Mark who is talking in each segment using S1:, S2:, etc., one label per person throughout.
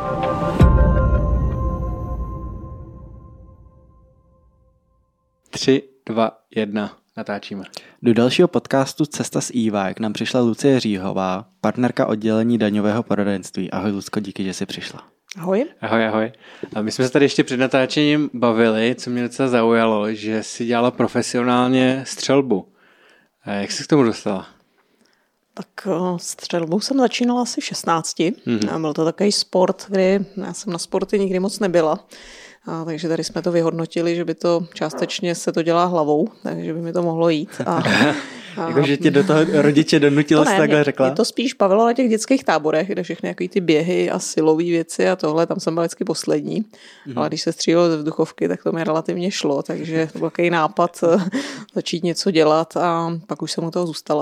S1: Tři, 2, 1, natáčíme.
S2: Do dalšího podcastu Cesta s EY k nám přišla Lucie Říhová, partnerka oddělení daňového poradenství. Ahoj Lucko, díky, že jsi přišla.
S3: Ahoj.
S1: Ahoj. A my jsme se tady ještě před natáčením bavili, co mě docela zaujalo, že jsi dělala profesionálně střelbu. A jak jsi k tomu dostala?
S3: Tak střelbou jsem začínala asi v 16. A byl to takový sport, kdy já jsem na sporty nikdy moc nebyla. Takže tady jsme to vyhodnotili, že by to částečně se to dělá hlavou, takže by mi to mohlo jít.
S2: Jakože tě do toho rodiče donutilo, jsi takhle řekla?
S3: Mě to spíš bavilo na těch dětských táborech, kde všechny jaký ty běhy a silové věci a tohle, tam jsem byla vždycky poslední. Ale když se střílelo ze vzduchovky, tak to mi relativně šlo, takže to byl takový nápad začít něco dělat a pak už jsem u toho zůstala.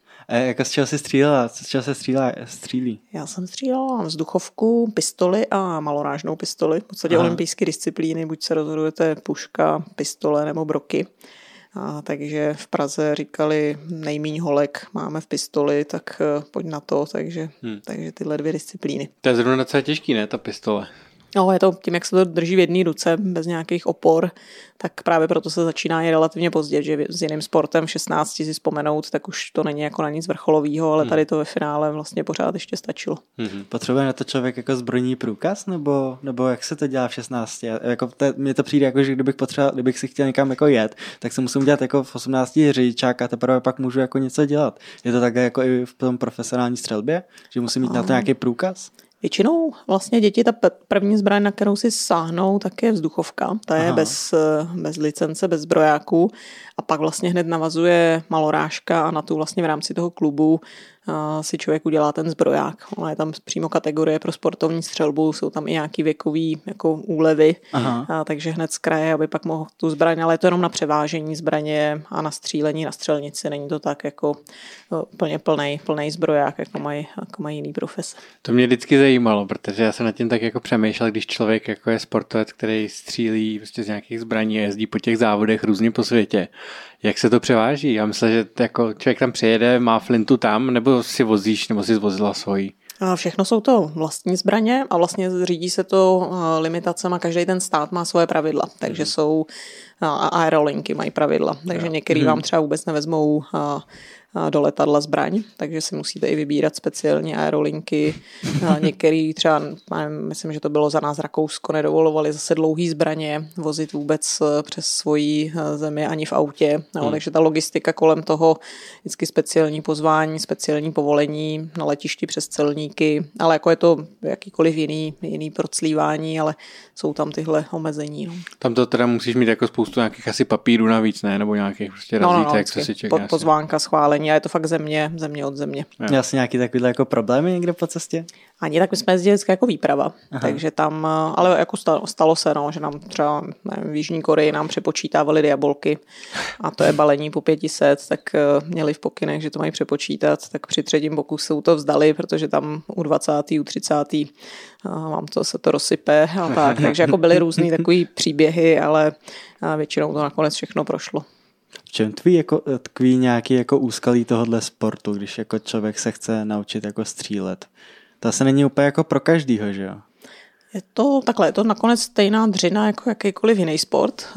S2: A z čeho jsi střílela? Z čeho se střílí?
S3: Já jsem střílela vzduchovku, pistoli a malorážnou pistoli. V podstatě olympijské disciplíny, buď se rozhodujete puška, pistole nebo broky. Takže v Praze říkali nejmíň holek máme v pistoli, tak pojď na to, takže tyhle dvě disciplíny.
S1: To je zrovna docela těžký, ne, ta pistole?
S3: No, je to tím, jak se to drží v jedné ruce, bez nějakých opor, tak právě proto se začíná i relativně pozdě, že s jiným sportem v 16 si vzpomenout, tak už to není jako na nic vrcholového, ale tady to ve finále vlastně pořád ještě stačilo.
S2: Potřebuje na to člověk jako zbrojní průkaz, nebo jak se to dělá v 16? Mně to přijde jako, že kdybych si chtěl někam jako jet, tak se musím dělat jako v 18 řidičák a teprve pak můžu jako něco dělat. Je to takhle jako i v tom profesionální střelbě, že musím mít na to nějaký průkaz?
S3: Většinou vlastně děti, ta první zbraň, na kterou si sáhnou, tak je vzduchovka. Ta je bez licence, bez zbrojáků a pak vlastně hned navazuje malorážka a na tu vlastně v rámci toho klubu si člověk udělá ten zbroják. Ona je tam přímo kategorie pro sportovní střelbu, jsou tam i nějaký věkový jako úlevy, takže hned z kraje, aby pak mohl tu zbraň, ale je to jenom na převážení zbraně a na střílení na střelnici. Není to tak jako úplně plnej zbroják, jako mají jiný profese.
S1: To mě vždycky zajímalo, protože já jsem nad tím tak jako přemýšlel, když člověk jako je sportovec, který střílí prostě z nějakých zbraní a jezdí po těch závodech různě po světě. Jak se to převáží? Já myslím, že jako člověk tam přijede, má flintu tam, nebo si vozíš, nebo si zvozila svoji?
S3: Všechno jsou to vlastní zbraně a vlastně řídí se to limitacema, každý ten stát má svoje pravidla, takže jsou aerolinky mají pravidla, takže některý vám třeba vůbec nevezmou do letadla zbraň, takže si musíte i vybírat speciální aerolinky. Některý třeba, myslím, že to bylo za nás Rakousko, nedovolovali zase dlouhý zbraně vozit vůbec přes svoji zemi ani v autě. Takže ta logistika kolem toho, vždycky speciální pozvání, speciální povolení na letišti přes celníky, ale jako je to jakýkoliv jiný proclívání, ale jsou tam tyhle omezení. No.
S1: Tam to teda musíš mít jako spoustu nějakých asi papírů navíc, ne? Nebo nějakých prostě razítek, co si čeká.
S3: Pozvánka, schválení a je to fakt země od země.
S2: Měl jsi nějaký takovýhle jako problémy někde po cestě?
S3: Ani tak my jsme jezdili jako výprava, takže tam, ale jako stalo se, že nám třeba v Jižní Koreji nám přepočítávali diabolky a to je balení po 500, tak měli v pokynech, že to mají přepočítat, tak při třetím pokusu to vzdali, protože tam u 20. u 30. vám se to rozsype a tak, takže jako byly různý takový příběhy, ale většinou to nakonec všechno prošlo.
S2: V čem tkví nějaký jako úskalí tohohle sportu, když jako člověk se chce naučit jako střílet? To se není úplně jako pro každýho, že jo?
S3: Je to nakonec stejná dřina jako jakýkoliv jiný sport.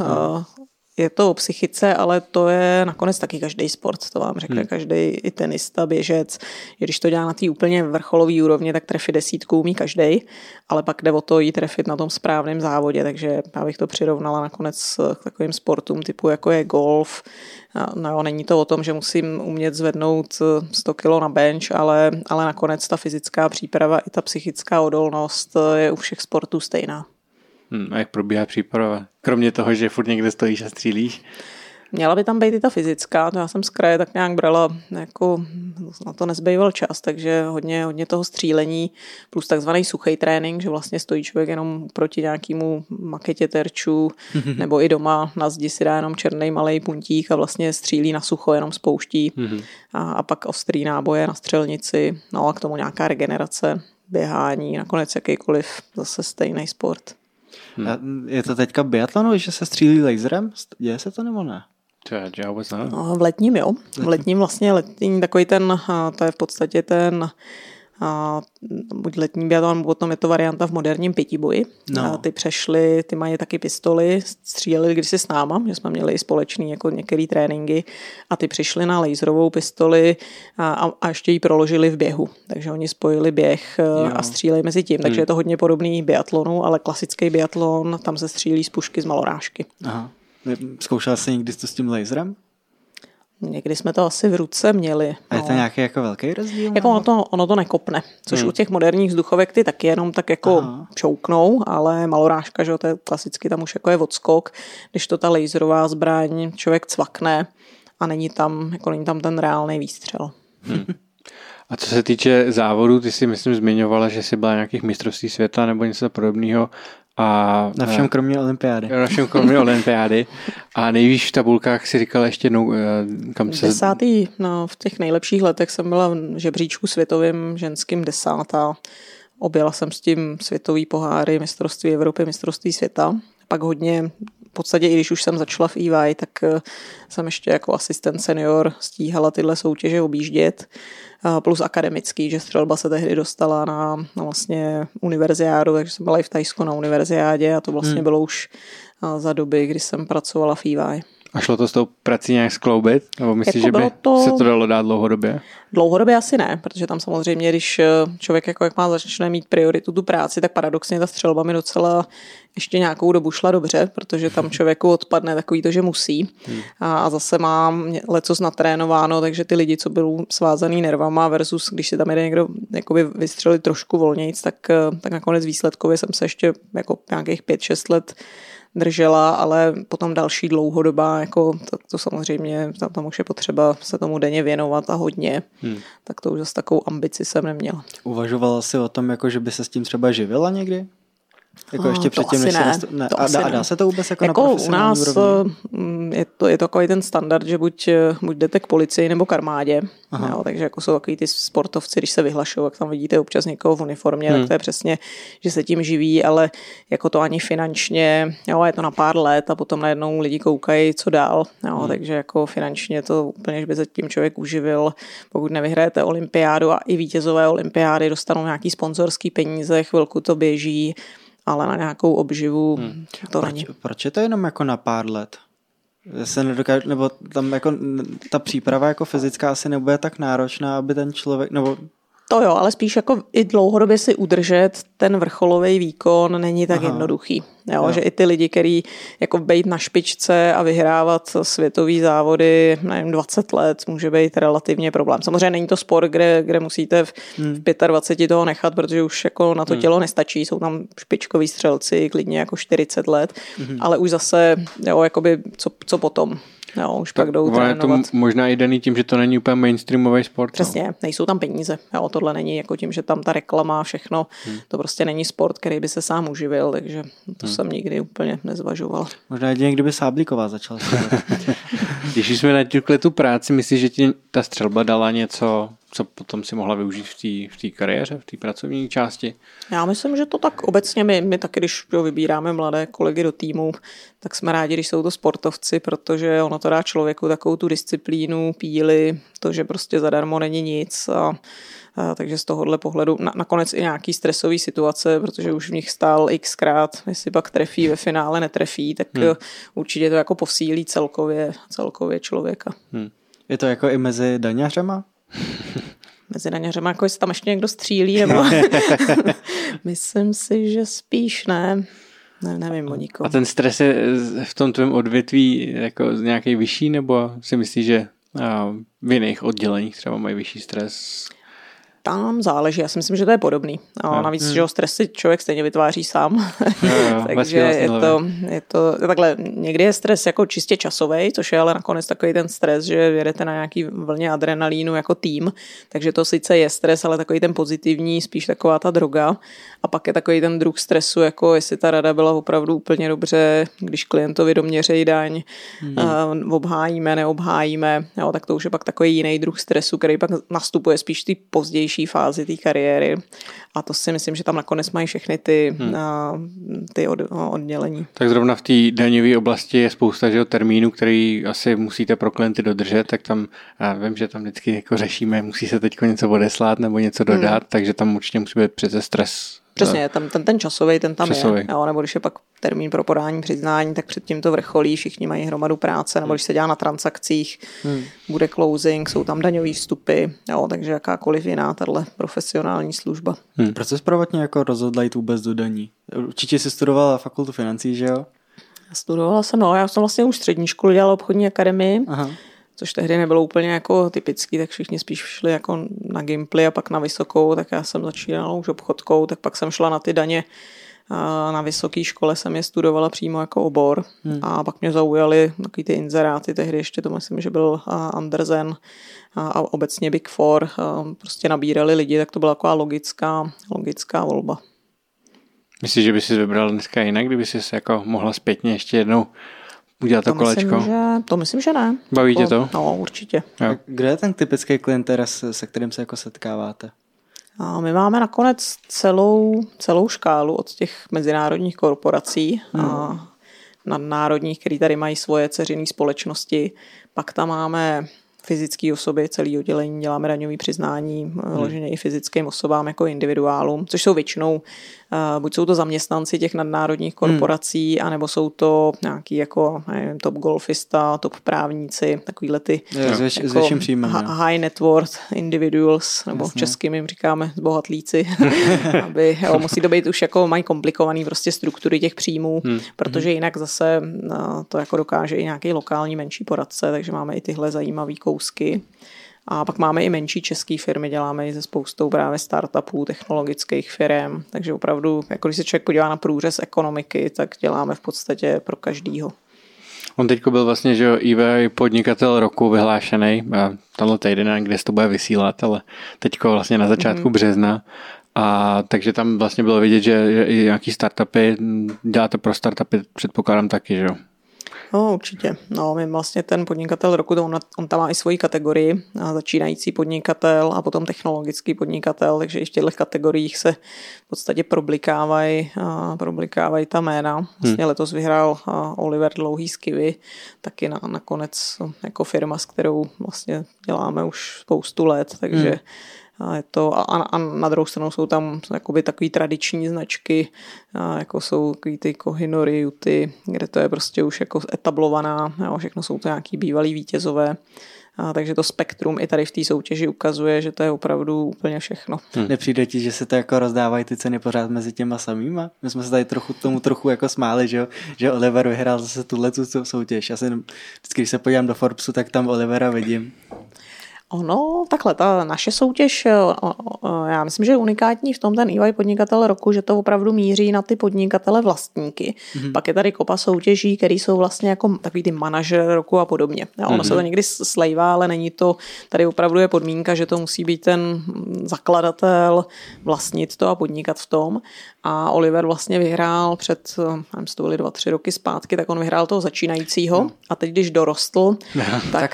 S3: Je to o psychice, ale to je nakonec taky každý sport, to vám řekne každý i tenista, běžec. Když to dělá na té úplně vrcholové úrovni, tak trefit 10 umí každý, ale pak jde o to jít trefit na tom správném závodě, takže já bych to přirovnala nakonec k takovým sportům typu jako je golf. No, není to o tom, že musím umět zvednout 100 kg na bench, ale nakonec ta fyzická příprava i ta psychická odolnost je u všech sportů stejná.
S1: A jak probíhá příprava? Kromě toho, že furt někde stojíš a střílíš?
S3: Měla by tam být i ta fyzická, to já jsem z kraje tak nějak brala, jako na to nezbýval čas, takže hodně toho střílení plus takzvaný suchý trénink, že vlastně stojí člověk jenom proti nějakému maketě terčů nebo i doma na zdi si dá jenom černý malej puntík a vlastně střílí na sucho, jenom spouští a pak ostrý náboje na střelnici, no a k tomu nějaká regenerace, běhání, nakonec jakýkoliv zase stejný sport.
S2: Je to teďka biatlonu, že se střílí laserem? Děje se to nebo ne?
S1: Já vůbec nevím.
S3: V letním jo. V letním vlastně takový ten, to je v podstatě ten buď letní biatlon, potom je to varianta v moderním pětiboji.
S2: No.
S3: Ty mají taky pistoli, stříleli kdysi s náma, že jsme měli společný jako některé tréninky a ty přišli na laserovou pistoli a ještě ji proložili v běhu. Takže oni spojili běh a stříleli mezi tím. Takže je to hodně podobný biatlonu, ale klasický biatlon, tam se střílí z pušky z malorážky.
S2: Aha. Zkoušela jsi někdy to s tím laserem?
S3: Někdy jsme to asi v ruce měli.
S2: A je to nějaký jako velký rozdíl?
S3: Jako ono to nekopne, což u těch moderních vzduchovek ty taky jenom tak jako čouknou, ale malorážka, že to je klasicky, tam už jako je odskok, když to ta laserová zbraň člověk cvakne a není tam ten reálný výstřel.
S1: A co se týče závodu, ty si myslím zmiňovala, že jsi byla nějakých mistrovství světa nebo něco podobného. A
S2: na všem kromě olympiády.
S1: Na všem kromě olympiády. A nejvíc v tabulkách si říkala ještě jednou, kam se...
S3: 10. V těch nejlepších letech jsem byla v žebříčku světovým ženským 10. Objela jsem s tím světový poháry, mistrovství Evropy, mistrovství světa. Pak hodně, v podstatě i když už jsem začala v EY, tak jsem ještě jako asistent senior stíhala tyhle soutěže objíždět. Plus akademický, že střelba se tehdy dostala na vlastně univerziádu, takže jsem byla i v Thajsku na univerziádě a to vlastně bylo už za doby, kdy jsem pracovala v EY.
S1: A šlo to s tou prací nějak skloubit? Nebo myslíš, že by se to dalo dát dlouhodobě?
S3: Dlouhodobě asi ne, protože tam samozřejmě, když člověk jak má začne mít prioritu tu práci, tak paradoxně ta střelba mi docela ještě nějakou dobu šla dobře, protože tam člověku odpadne takový to, že musí. A zase mám lecos natrénováno, takže ty lidi, co byl svázaný nervama versus když si tam jde někdo jakoby vystřelit trošku volnějc, tak nakonec výsledkově jsem se ještě jako nějakých 5-6 let držela, ale potom další dlouhodobá, jako to samozřejmě, tam už je potřeba se tomu denně věnovat a hodně, tak to už zase takovou ambici jsem neměla.
S2: Uvažovala jsi o tom, jako, že by se s tím třeba živila někdy? Jako ještě předtím, než a dá se to vůbec jako na profesionální úrovni?
S3: Je to takový ten standard, že buď jdete k policii nebo k armádě, jo, takže jako jsou takový ty sportovci, když se vyhlašují, jak tam vidíte občas někoho v uniformě, tak to je přesně, že se tím živí, ale jako to ani finančně, jo, je to na pár let a potom najednou lidi koukají, co dál, jo, takže jako finančně to úplně, že by se tím člověk uživil, pokud nevyhrajete olympiádu a i vítězové olympiády dostanou nějaký sponzorský peníze, chvilku to běží, ale na nějakou obživu to není.
S2: Proč je to jenom jako na pár let? Se nedokážu, nebo tam jako ta příprava jako fyzická asi nebude tak náročná, aby ten člověk, nebo...
S3: To jo, ale spíš jako i dlouhodobě si udržet ten vrcholový výkon není tak jednoduchý. Jo, že i ty lidi, kteří jako být na špičce a vyhrávat světový závody, nevím, 20 let, může být relativně problém. Samozřejmě není to sport, kde musíte v 25 toho nechat, protože už jako na to tělo nestačí. Jsou tam špičkoví střelci, klidně jako 40 let, ale už zase, jo, jakoby co potom. Jo, už pak jdou trénovat.
S1: Je to možná i daný tím, že to není úplně mainstreamový sport.
S3: Přesně, nejsou tam peníze. Jo, tohle není jako tím, že tam ta reklama a všechno. To prostě není sport, který by se sám uživil, takže to jsem nikdy úplně nezvažovala.
S2: Možná jedině, kdyby Sáblíková začala.
S1: Když jsme naťukli tu práci, myslíš, že ti ta střelba dala něco, co potom si mohla využít v té kariéře, v té pracovní části?
S3: Já myslím, že to tak obecně my taky, když vybíráme mladé kolegy do týmu, tak jsme rádi, když jsou to sportovci, protože ono to dá člověku takovou tu disciplínu, píli, to, že prostě zadarmo není nic a takže z tohohle pohledu nakonec i nějaký stresový situace, protože už v nich stál xkrát, jestli pak trefí ve finále, netrefí, tak určitě to jako posílí celkově člověka.
S2: Je to jako i mezi daňařema?
S3: Mezi daňařema, jako jestli tam ještě někdo střílí, nebo myslím si, že spíš ne. Nevím o nikom.
S1: A ten stres je v tom tvém odvětví jako nějaký vyšší, nebo si myslíš, že v jiných odděleních třeba mají vyšší stres?
S3: Tam záleží, já si myslím, že to je podobný. A navíc, že stres si člověk stejně vytváří sám. Takže je to takhle, někdy je stres jako čistě časový, což je ale nakonec takový ten stres, že jedete na nějaký vlně adrenalínu jako tým, takže to sice je stres, ale takový ten pozitivní, spíš taková ta droga. A pak je takový ten druh stresu, jako jestli ta rada byla opravdu úplně dobře, když klientovi doměřejí daň, obhájíme, neobhájíme, jo, tak to už je pak takový jiný druh stresu, který pak nastupuje spíš ty pozdější pozdější fázi té kariéry. A to si myslím, že tam nakonec mají všechny ty oddělení.
S1: Tak zrovna v té daňové oblasti je spousta termínů, který asi musíte pro klienty dodržet, tak tam, já vím, že tam vždycky jako řešíme, musí se teď něco odeslat nebo něco dodat, takže tam určitě musí být přece stres.
S3: Přesně, ten časový, ten tam je. Jo, nebo když je pak termín pro podání přiznání, tak předtím to vrcholí, všichni mají hromadu práce, nebo když se dělá na transakcích, bude closing, jsou tam daňové vstupy, jo, takže jakákoliv jiná tato profesionální služba.
S2: Proč se prvotně jako rozhodla jít vůbec do daní? Určitě jsi studovala fakultu financí, že jo?
S3: Studovala jsem, já jsem vlastně už střední školu dělala obchodní akademii. Aha. Což tehdy nebylo úplně jako typický, tak všichni spíš šli jako na Gimply a pak na vysokou, tak já jsem začínala už obchodkou, tak pak jsem šla na ty daně. Na vysoké škole jsem je studovala přímo jako obor a pak mě zaujaly takový ty inzeráty, tehdy ještě to myslím, že byl Andersen a obecně Big Four, prostě nabírali lidi, tak to byla taková logická volba.
S1: Myslíš, že by si vybral dneska jinak, kdyby jsi se jako mohla zpětně ještě jednou udělat to kolečko?
S3: To myslím, že ne.
S1: Baví tě to?
S3: No, určitě.
S2: Jo. Kde je ten typický klient, se kterým se jako setkáváte?
S3: A my máme nakonec celou škálu od těch mezinárodních korporací a nadnárodních, které tady mají svoje dceřiné společnosti. Pak tam máme fyzické osoby, celý oddělení, děláme daňové přiznání, vyloženě i fyzickým osobám jako individuálům, což jsou většinou, buď jsou to zaměstnanci těch nadnárodních korporací, anebo jsou to nějaký jako nevím, top golfista, top právníci, takovýhle ty
S2: jako
S3: high net worth individuals, nebo českým jim říkáme zbohatlíci, musí to být už jako mají komplikovaný prostě struktury těch příjmů, protože jinak zase to jako dokáže i nějaký lokální menší poradce, takže máme i tyhle zajímavý kousky. A pak máme i menší české firmy, děláme i se spoustou právě startupů, technologických firm, takže opravdu, jako když se člověk podívá na průřez ekonomiky, tak děláme v podstatě pro každýho.
S1: On teďko byl vlastně, že EY podnikatel roku vyhlášený, tenhle týden, kde se to bude vysílat, ale teďko vlastně na začátku března. A takže tam vlastně bylo vidět, že i nějaký startupy, děláte pro startupy, předpokládám taky, že jo?
S3: No, určitě. No, my vlastně ten podnikatel roku, on tam má i svoji kategorii, začínající podnikatel a potom technologický podnikatel, takže i v těchto kategoriích se v podstatě problikávají ta jména. Vlastně letos vyhrál Oliver Dlouhý z Kiwi, taky nakonec jako firma, s kterou vlastně děláme už spoustu let, takže je to, a na druhou stranu jsou tam jakoby takový tradiční značky, jako jsou ty Kohinory, Juty, kde to je prostě už jako etablovaná, jo, všechno jsou to nějaký bývalý vítězové. Takže to spektrum i tady v té soutěži ukazuje, že to je opravdu úplně všechno.
S2: Nepřijde ti, že se to jako rozdávají ty ceny pořád mezi těma samýma? My jsme se tady trochu jako smáli, že Oliver vyhrál zase tuhletu soutěž. Já si vždycky, když se podívám do Forbesu, tak tam Olivera vidím.
S3: Ono, takhle, ta naše soutěž, já myslím, že je unikátní v tom ten EY podnikatel roku, že to opravdu míří na ty podnikatele vlastníky. Pak je tady kopa soutěží, které jsou vlastně jako takový ty manažer roku a podobně. Ono se to někdy slejvá, ale není to, tady opravdu je podmínka, že to musí být ten zakladatel, vlastnit to a podnikat v tom. A Oliver vlastně vyhrál před, nevím, to byly 2-3 roky zpátky, tak on vyhrál toho začínajícího a teď, když dorostl, tak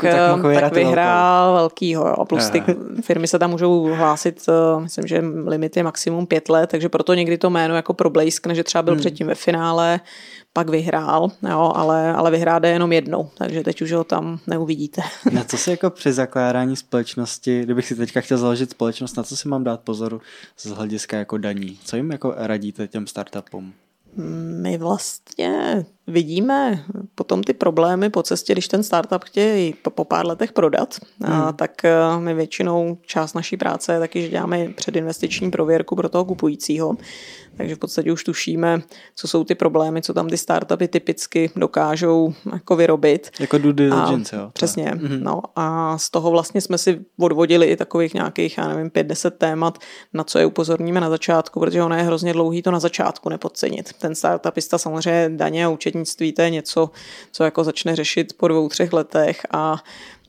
S3: vyhrál velkýho. Jo. Plus ty firmy se tam můžou hlásit, myslím, že limit je maximum 5 let, takže proto někdy to jméno jako problejskne, že třeba byl předtím ve finále, pak vyhrál, jo, ale vyhráde jenom jednou, takže teď už ho tam neuvidíte.
S2: Na co si jako při zakládání společnosti, kdybych si teďka chtěl založit společnost, na co si mám dát pozor z hlediska jako daní? Co jim jako radíte těm startupům?
S3: My vlastně vidíme potom ty problémy po cestě, když ten startup chtějí po pár letech prodat, tak my většinou část naší práce je taky, že děláme předinvestiční prověrku pro toho kupujícího. Takže v podstatě už tušíme, co jsou ty problémy, co tam ty startupy typicky dokážou jako vyrobit.
S2: Jako due diligence, jo.
S3: Přesně. No a z toho vlastně jsme si odvodili i takových nějakých, 5-10 témat, na co je upozorníme na začátku, protože ono je hrozně dlouhý to na začátku nepodcenit. Ten startupista samozřejmě daně a účetnictví, to je něco, co jako začne řešit po 2-3 letech a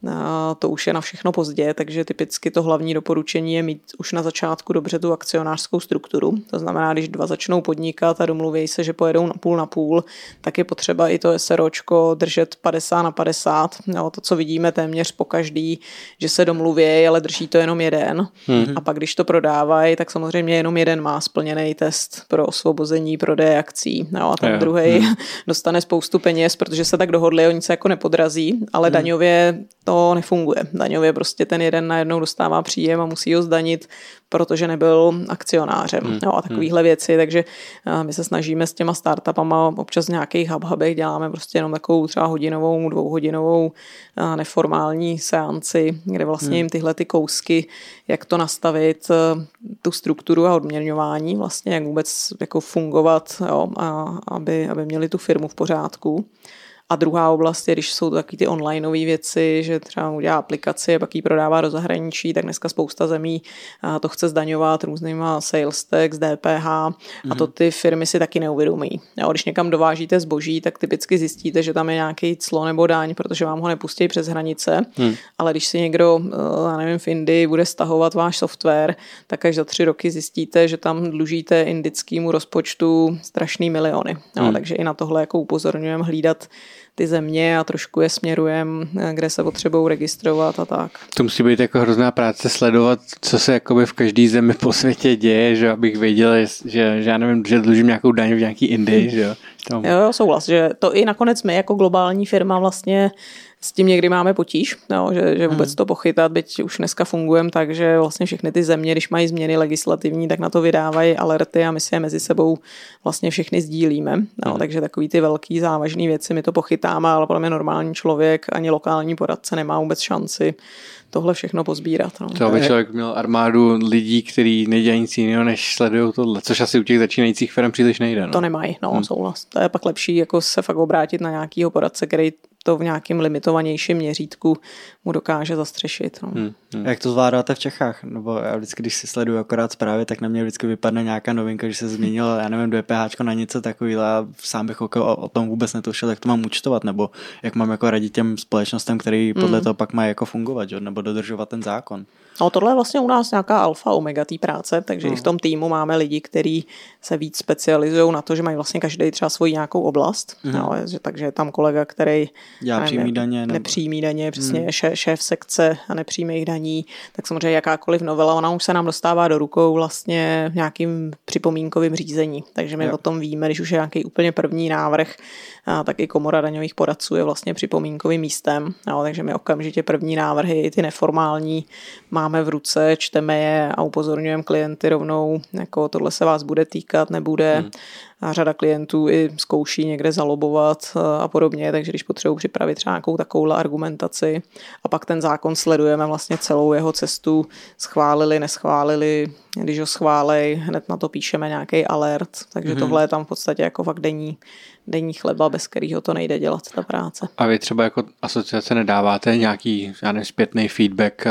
S3: to už je na všechno pozdě, takže typicky to hlavní doporučení je mít už na začátku dobře tu akcionářskou strukturu. To znamená, když 2 začnou podnikat a domluví se, že pojedou na půl, tak je potřeba i to SROčko držet 50/50. Jo, to, co vidíme téměř po každý, že se domluví, ale drží to jenom jeden. A pak, když to prodávají, tak samozřejmě jenom jeden má splněný test pro osvobození prodeje akcí. Jo, a ten druhý dostane spoustu peněz, protože se tak dohodli, oni se jako nepodrazí, ale daňově to nefunguje. Daňově prostě ten jeden najednou dostává příjem a musí ho zdanit, protože nebyl akcionářem. Jo, a takovýhle věci, takže my se snažíme s těma startupama občas v nějakých hubech děláme prostě jenom takovou třeba hodinovou, 2hodinovou neformální seanci, kde vlastně jim tyhle ty kousky, jak to nastavit, tu strukturu a odměňování, vlastně jak vůbec jako fungovat, jo, aby měli tu firmu v pořádku. A druhá oblast je, když jsou to taky ty onlineové věci, že třeba udělá aplikaci a pak ji prodává do zahraničí, tak dneska spousta zemí to chce zdaňovat různýma sales tax, DPH a to ty firmy si taky neuvědomí. Jo, když někam dovážíte zboží, tak typicky zjistíte, že tam je nějaký clo nebo daň, protože vám ho nepustí přes hranice, ale když si někdo, já nevím, v Indii bude stahovat váš software, tak až za 3 roky zjistíte, že tam dlužíte indickému rozpočtu strašný miliony. Jo, takže i na tohle jako upozorňujeme hlídat ty země a trošku je směrujem, kde se potřebují registrovat a tak.
S1: To musí být jako hrozná práce sledovat, co se jakoby v každé zemi po světě děje, že abych věděl, že já nevím, že dlužím nějakou daň v nějaký Indii, že jo.
S3: Jo, souhlas, že to i nakonec my jako globální firma vlastně s tím někdy máme potíž, jo, že vůbec to pochytat, byť už dneska fungujeme tak, že vlastně všechny ty země, když mají změny legislativní, tak na to vydávají alerty a my si je mezi sebou vlastně všechny sdílíme. Jo, takže takový ty velký závažný věci my to pochytáme, ale podle mě normální člověk ani lokální poradce nemá vůbec šanci tohle všechno pozbírat. No.
S1: To by člověk měl armádu lidí, kteří nedělají nic jiného, než sledují tohle, což asi u těch začínajících firm příliš nejde. No.
S3: To nemají, souhlas. To je pak lepší jako se fakt obrátit na nějakýho poradce, který to v nějakém limitovanějším měřítku mu dokáže zastřešit. No.
S2: Jak to zvládáte v Čechách? Nebo já vždycky, když si sleduju akorát zprávy, tak na mě vždycky vypadne nějaká novinka, že se změnilo, já nevím, DPH na něco takového a sám bych o tom vůbec netušil, jak to mám účtovat, nebo jak mám jako radit těm společnostem, který podle toho pak mají jako fungovat, že? Nebo dodržovat ten zákon.
S3: No tohle je vlastně u nás nějaká alfa omega té práce, takže i v tom týmu máme lidi, kteří se víc specializují na to, že mají vlastně každý třeba svoji nějakou oblast. No, takže je tam kolega, který
S2: dělá přímý daně,
S3: nepřímý daně, přesně šéf sekce a nepřímých daní, tak samozřejmě jakákoliv novela, ona už se nám dostává do rukou vlastně v nějakým připomínkovým řízení. Takže my o tom víme, když už je nějaký úplně první návrh, tak i Komora daňových poradců je vlastně připomínkovým místem. No, takže my okamžitě první návrhy, ty neformální, máme v ruce, čteme je a upozorňujeme klienty rovnou, jako tohle se vás bude týkat, nebude. A řada klientů i zkouší někde zalobovat a podobně, takže když potřebují připravit třeba nějakou takovouhle argumentaci a pak ten zákon sledujeme vlastně celou jeho cestu, schválili, neschválili, když ho schválej, hned na to píšeme nějaký alert, takže tohle je tam v podstatě jako fakt denní chleba, bez kterého to nejde dělat, ta práce.
S1: A vy třeba jako asociace nedáváte nějaký, já nevím, zpětný feedback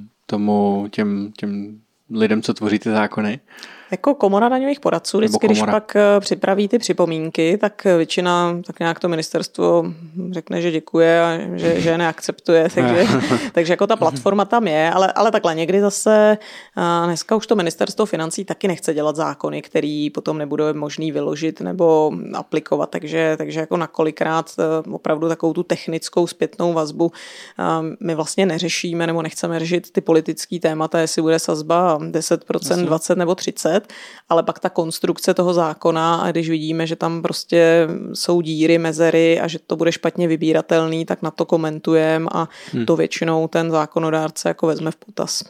S1: tomu těm lidem, co tvoří ty zákony?
S3: Jako Komora daňových poradců, vždycky, když pak připraví ty připomínky, tak většina, tak nějak to ministerstvo řekne, že děkuje a že je neakceptuje, takže jako ta platforma tam je, ale takhle někdy zase dneska už to ministerstvo financí taky nechce dělat zákony, který potom nebude možný vyložit nebo aplikovat, takže jako nakolikrát opravdu takovou tu technickou zpětnou vazbu my vlastně neřešíme nebo nechceme řešit ty politické témata, jestli bude sazba 10%, 20 nebo 30, ale pak ta konstrukce toho zákona a když vidíme, že tam prostě jsou díry, mezery a že to bude špatně vybíratelný, tak na to komentujeme a to většinou ten zákonodárce jako vezme v potaz.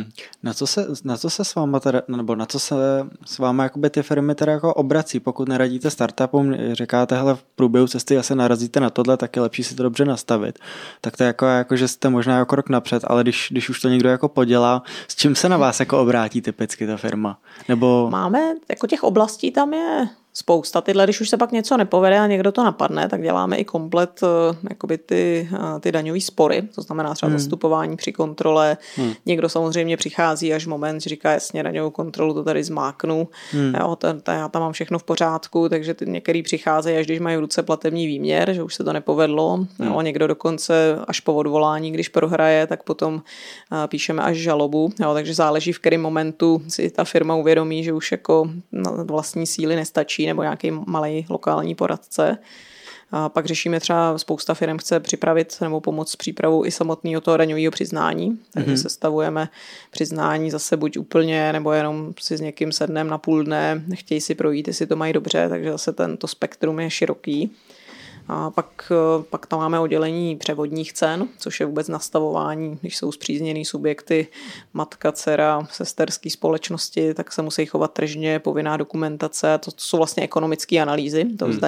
S2: Na co se s váma teda, nebo na co se s váma jakoby ty firmy teda jako obrací, pokud neradíte startupům, říkáte, hele, v průběhu cesty asi narazíte na tohle, tak je lepší si to dobře nastavit. Tak to je jako že jste možná jako krok napřed, ale když už to někdo jako podělá, s čím se na vás jako obrátí typicky ta firma? Nebo...
S3: Máme, jako těch oblastí tam je spousta. Když už se pak něco nepovede a někdo to napadne, tak děláme i komplet jakoby ty daňové spory, to znamená třeba zastupování při kontrole. Někdo samozřejmě přichází až moment, že říká, jasně, daňovou kontrolu to tady zmáknu, jo, já tam mám všechno v pořádku, takže některý přicházejí, až když mají v ruce platební výměr, že už se to nepovedlo. Jo, někdo dokonce až po odvolání, když prohraje, tak potom píšeme až žalobu. Jo, takže záleží, v kterém momentu si ta firma uvědomí, že už jako vlastní síly nestačí, nebo nějaký malý lokální poradce. A pak řešíme třeba, spousta firm chce připravit nebo pomoct s přípravou i samotného toho daňového přiznání. Takže sestavujeme přiznání zase buď úplně, nebo jenom si s někým sednem na půl dne, chtějí si projít, jestli to mají dobře, takže zase to spektrum je široký. A pak tam máme oddělení převodních cen, což je vůbec nastavování, když jsou spřízněný subjekty, matka, dcera, sesterský společnosti, tak se musí chovat tržně, povinná dokumentace, to jsou vlastně ekonomické analýzy, to s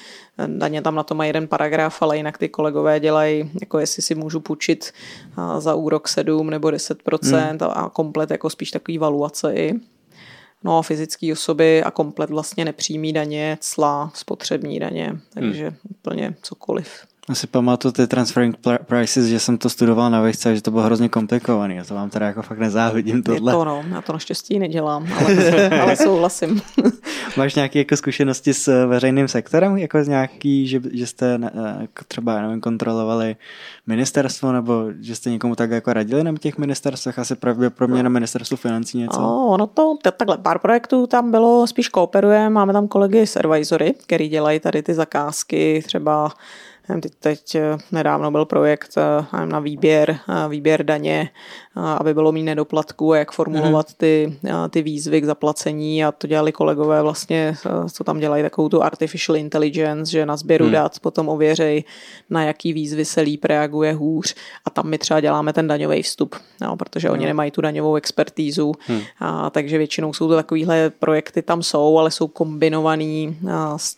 S3: daně tam na to mají jeden paragraf, ale jinak ty kolegové dělají, jako jestli si můžu půjčit za úrok 7 nebo 10% a komplet jako spíš takový valuace i. No a fyzické osoby a komplet vlastně nepřímý daně, cla, spotřební daně, takže úplně cokoliv.
S2: Já si pamatuju ty transferring prices, že jsem to studoval na výšce, že to bylo hrozně komplikovaný. A to vám teda jako fakt nezávidím tohle.
S3: Je to, no, já to naštěstí nedělám, ale souhlasím.
S2: Máš nějaké jako zkušenosti s veřejným sektorem? Jako z nějaký, že jste třeba, nevím, kontrolovali ministerstvo, nebo že jste někomu tak jako radili na těch ministerstvech? Asi pro mě na ministerstvu financí něco?
S3: Ono to, takhle pár projektů tam bylo, spíš kooperujeme, máme tam kolegy z Advisory, který dělají tady ty zakázky, třeba teď nedávno byl projekt na výběr daně, aby bylo méně nedoplatků a jak formulovat ty výzvy k zaplacení, a to dělali kolegové vlastně, co tam dělají takovou tu artificial intelligence, že na sběru dat potom ověřej, na jaký výzvy se líp reaguje hůř, a tam my třeba děláme ten daňový vstup, no, protože oni nemají tu daňovou expertízu, takže většinou jsou to takovýhle projekty tam jsou, ale jsou kombinovaný s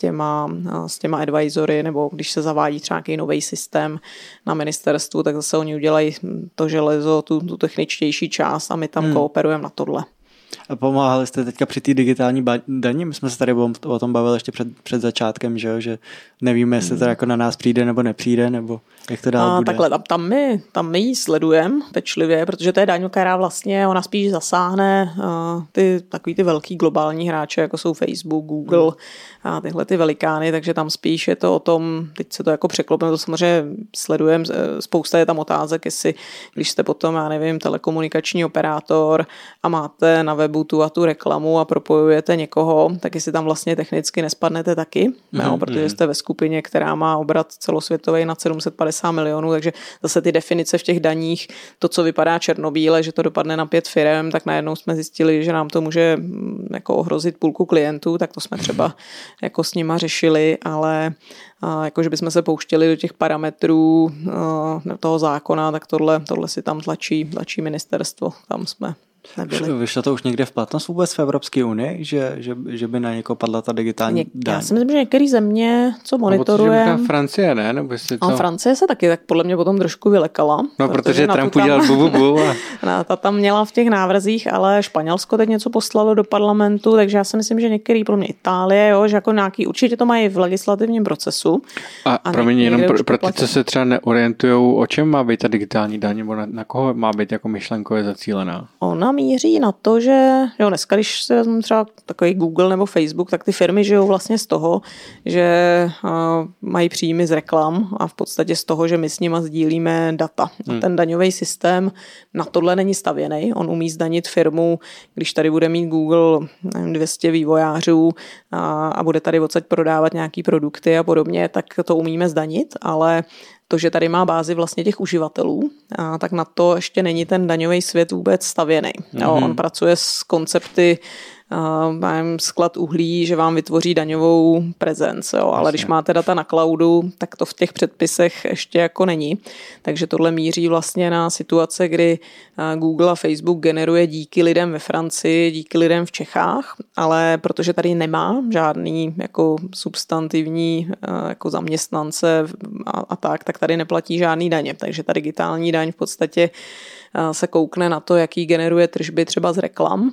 S3: těma advisory, nebo když se zavádí třeba nějaký nový systém na ministerstvu, tak zase oni udělají to železo, tu techničtější část, a my tam kooperujeme na tohle.
S2: A pomáhali jste teďka při té digitální daní? My jsme se tady o tom bavili ještě před začátkem, že nevíme, jestli to jako na nás přijde nebo nepřijde, nebo jak to dál bude.
S3: Takhle, tam my ji sledujeme pečlivě, protože to je daň, která vlastně ona spíš zasáhne takový ty velký globální hráče, jako jsou Facebook, Google a tyhle ty velikány, takže tam spíš je to o tom, teď se to jako překlopíme, to samozřejmě sledujeme, spousta je tam otázek, jestli když jste potom, já nevím, telekomunikační operátor a máte na webu tu a tu reklamu a propojujete někoho, tak jestli tam vlastně technicky nespadnete taky, protože jste ve skupině, která má obrat celosvětový nad 750 milionů, takže zase ty definice v těch daních, to, co vypadá černobíle, že to dopadne na 5 firem, tak najednou jsme zjistili, že nám to může jako ohrozit půlku klientů, tak to jsme třeba jako s nima řešili, ale jako, že bychom se pouštěli do těch parametrů toho zákona, tak tohle si tam tlačí ministerstvo, tam jsme nebyli.
S2: Vyšlo to už někde v platnost vůbec v Evropské unii, že by na někoho padla ta digitální daň?
S3: Já si myslím, že některé země, co monitorujeme...
S1: Nebo Francie, ne? Nebo
S3: a Francie se taky tak podle mě potom trošku vylekala.
S1: No, protože Trump udělal bu.
S3: Ta tam měla v těch návrzích, ale Španělsko teď něco poslalo do parlamentu, takže já si myslím, že některý, pro mě Itálie, jo, že jako nějaký, určitě to mají v legislativním procesu.
S1: A pro mě jenom pro ty, co se třeba neorientujou, o čem má být ta digitální daň, nebo na koho má být jako myšlenkově zacílená?
S3: Ona míří na to, že jo, dneska, když se vezmu třeba takový Google nebo Facebook, tak ty firmy žijou vlastně z toho, že mají příjmy z reklam a v podstatě z toho, že my s nima sdílíme data. A ten daňový systém na tohle není stavěný. On umí zdanit firmu, když tady bude mít Google 200 vývojářů a bude tady odsaď prodávat nějaký produkty a podobně, tak to umíme zdanit, ale to, že tady má bázi vlastně těch uživatelů, tak na to ještě není ten daňový svět vůbec stavěný. On pracuje s koncepty sklad uhlí, že vám vytvoří daňovou prezenci, ale když máte data na cloudu, tak to v těch předpisech ještě jako není. Takže tohle míří vlastně na situace, kdy Google a Facebook generuje díky lidem ve Francii, díky lidem v Čechách, ale protože tady nemá žádný jako substantivní jako zaměstnance a tak tady neplatí žádný daně. Takže ta digitální daň v podstatě se koukne na to, jaký generuje tržby třeba z reklam,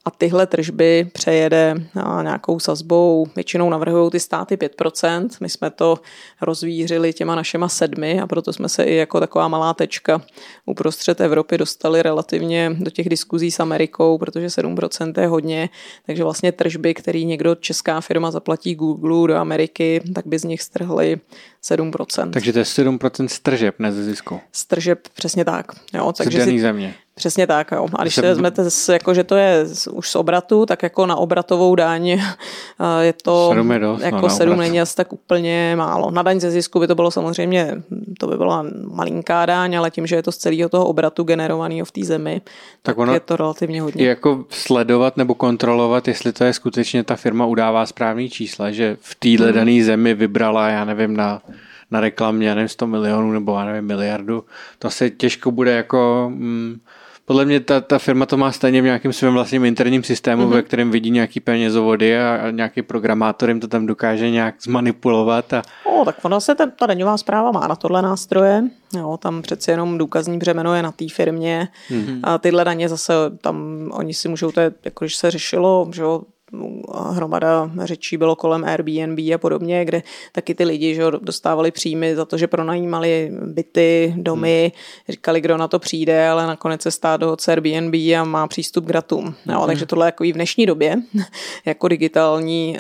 S3: a tyhle tržby přejede nějakou sazbou, většinou navrhují ty státy 5%, my jsme to rozvířili těma našima 7 a proto jsme se i jako taková malá tečka uprostřed Evropy dostali relativně do těch diskuzí s Amerikou, protože 7% je hodně, takže vlastně tržby, který někdo česká firma zaplatí Google do Ameriky, tak by z nich strhli 7%.
S1: Takže to je 7% z tržeb, ne ze zisku.
S3: Z tržeb, přesně tak. Jo, takže
S1: daný země.
S3: Přesně tak, jo. A když se vezmete, jako, že to je už z obratu, tak jako na obratovou daň je to
S1: 7 je dost,
S3: jako 7 není asi tak úplně málo. Na daň ze zisku by to bylo samozřejmě, to by byla malinká daň, ale tím, že je to z celého toho obratu generovaného v té zemi, tak je to relativně hodně.
S1: Jako sledovat nebo kontrolovat, jestli to je skutečně ta firma udává správný čísla, že v téhle dané zemi vybrala, já nevím, na reklamě, já nevím, 100 milionů nebo já nevím, miliardu, to se těžko bude jako... Podle mě ta firma to má stejně v nějakém svém vlastním interním systému, ve kterém vidí nějaký penězovody a nějaký programátor jim to tam dokáže nějak zmanipulovat.
S3: Tak ona se ta daňová správa má na tohle nástroje. Jo, tam přeci jenom důkazní břemeno je na té firmě. A tyhle daně zase tam oni si můžou, to je, jako když se řešilo, že jo, hromada řečí bylo kolem Airbnb a podobně, kde taky ty lidi, že dostávali příjmy za to, že pronajímali byty, domy, říkali, kdo na to přijde, ale nakonec se stát do Airbnb a má přístup k datům. No, takže tohle jako i v dnešní době, jako digitální,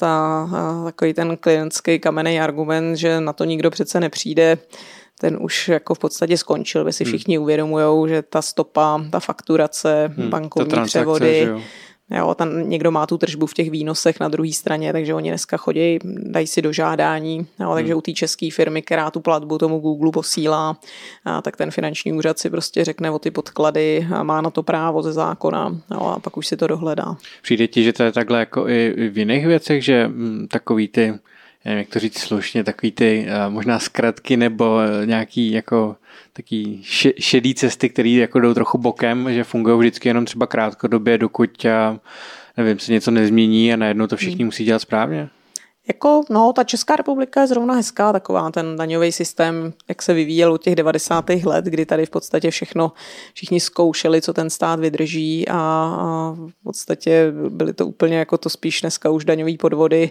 S3: takový ten klientský kamenný argument, že na to nikdo přece nepřijde, ten už jako v podstatě skončil, by si všichni uvědomujou, že ta stopa, ta fakturace, bankovní převody, jo, tam někdo má tu tržbu v těch výnosech na druhé straně, takže oni dneska chodí, dají si dožádání, jo, takže u té české firmy, která tu platbu tomu Google posílá, tak ten finanční úřad si prostě řekne o ty podklady a má na to právo ze zákona, jo, a pak už si to dohledá.
S1: Přijde ti, že to je takhle jako i v jiných věcech, že takový ty, nevím, jak to říct slušně, takový ty možná zkratky nebo nějaký jako taky šedý cesty, které jako jdou trochu bokem, že fungují vždycky jenom třeba krátkodobě, dokud nevím, se něco nezmění a najednou to všichni musí dělat správně?
S3: Jako, no, ta Česká republika je zrovna hezká taková, ten daňový systém, jak se vyvíjel od těch 90. let, kdy tady v podstatě všichni zkoušeli, co ten stát vydrží a v podstatě byly to úplně jako to spíš dneska už daňový podvody,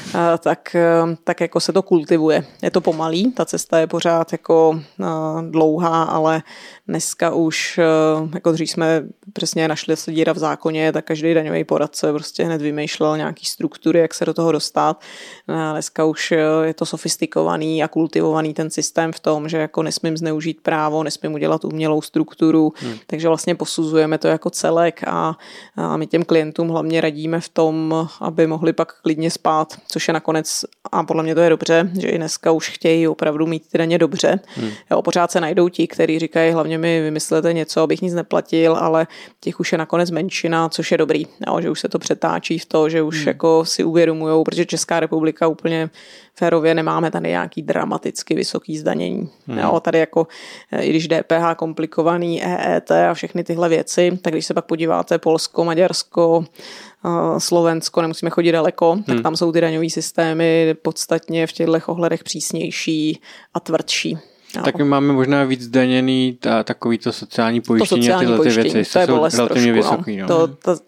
S3: tak jako se to kultivuje. Je to pomalý, ta cesta je pořád jako dlouhá, ale dneska už, jako dřív jsme přesně našli se díra v zákoně, tak každý daňový poradce prostě hned vymýšlel nějaký struktury, jak se do toho dostat. Dneska už je to sofistikovaný a kultivovaný ten systém v tom, že jako nesmím zneužít právo, nesmím udělat umělou strukturu, takže vlastně posuzujeme to jako celek a my těm klientům hlavně radíme v tom, aby mohli pak klidně spát, což je nakonec, a podle mě to je dobře, že i dneska už chtějí opravdu mít ty daně dobře. Jo, pořád se najdou ti, kteří říkají, hlavně mi vymyslete něco, abych nic neplatil, ale těch už je nakonec menšina, což je dobrý, jo, že už se to přetáčí v to, že už jako si uvědomujou, protože Česká republika úplně férově nemáme tady nějaký dramaticky vysoký zdanění. Jo, tady jako, i když DPH komplikovaný, EET a všechny tyhle věci, tak když se pak podíváte Polsko, Maďarsko, Slovensko, nemusíme chodit daleko, tak tam jsou ty daňové systémy podstatně v těchto ohledech přísnější a tvrdší.
S1: No. Tak my máme možná víc zdaněný takovýto sociální pojištění a tyhle ty věci,
S3: to je
S1: jsou relativně vysoký. No.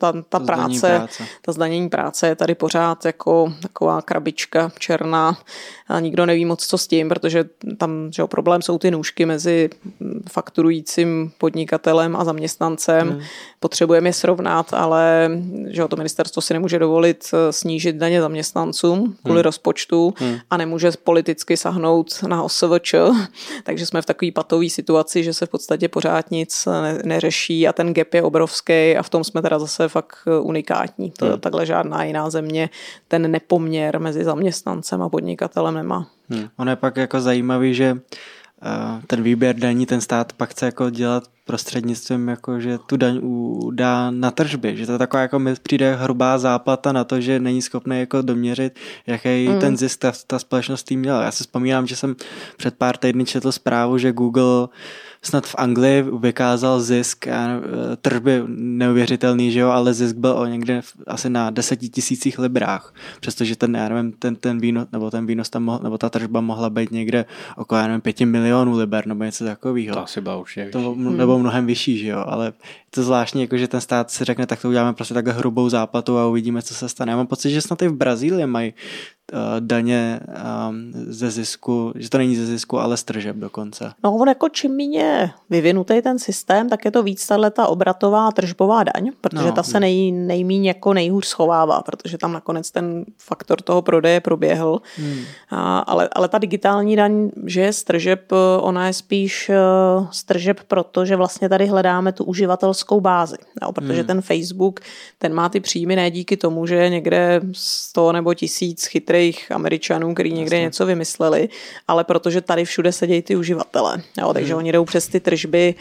S3: Ta zdanění práce je tady pořád jako taková krabička černá a nikdo neví moc, co s tím, protože tam že problém jsou ty nůžky mezi fakturujícím podnikatelem a zaměstnancem. Potřebujeme je srovnat, ale že to ministerstvo si nemůže dovolit snížit daně zaměstnancům kvůli rozpočtu a nemůže politicky sahnout na OSVČ. Takže jsme v takové patové situaci, že se v podstatě pořád nic neřeší a ten gap je obrovský a v tom jsme teda zase fakt unikátní. To takhle žádná jiná země ten nepoměr mezi zaměstnancem a podnikatelem nemá.
S2: Ono je pak jako zajímavý, že ten výběr daní ten stát pak chce jako dělat prostřednictvím, jako že tu daň dá na tržby, že to je taková jako mi přijde hrubá záplata na to, že není schopný jako doměřit, jaký ten zisk ta společnost tým měla. Já si vzpomínám, že jsem před pár týdny četl zprávu, že Google snad v Anglii vykázal zisk, tržby neuvěřitelný, že jo, ale zisk byl o někde asi na 10 000 librách, přestože ten výnos tam mohl, nebo ta tržba mohla být někde okolo 5 milionů liber, nebo něco takového.
S1: To asi bylo už
S2: nebo mnohem vyšší, že jo, ale je to zvláštní, jako že ten stát si řekne, tak to uděláme prostě takhle hrubou záplatu a uvidíme, co se stane. Já mám pocit, že snad i v Brazílii mají daně ze zisku, že to není ze zisku, ale z tržeb dokonce.
S3: No on jako čím méně vyvinutý ten systém, tak je to víc ta obratová tržbová daň, protože ta se nejmíň jako nejhůř schovává, protože tam nakonec ten faktor toho prodeje proběhl. Ale ta digitální daň, že je z tržeb, ona je spíš z tržeb, protože vlastně tady hledáme tu uživatelskou bázi. Jo, protože ten Facebook, ten má ty příjmy ne díky tomu, že někde 100 nebo 1000 chytrých Američanů, kteří někde něco vymysleli, ale protože tady všude sedějí ty uživatelé. Jo, takže oni jdou přes ty tržby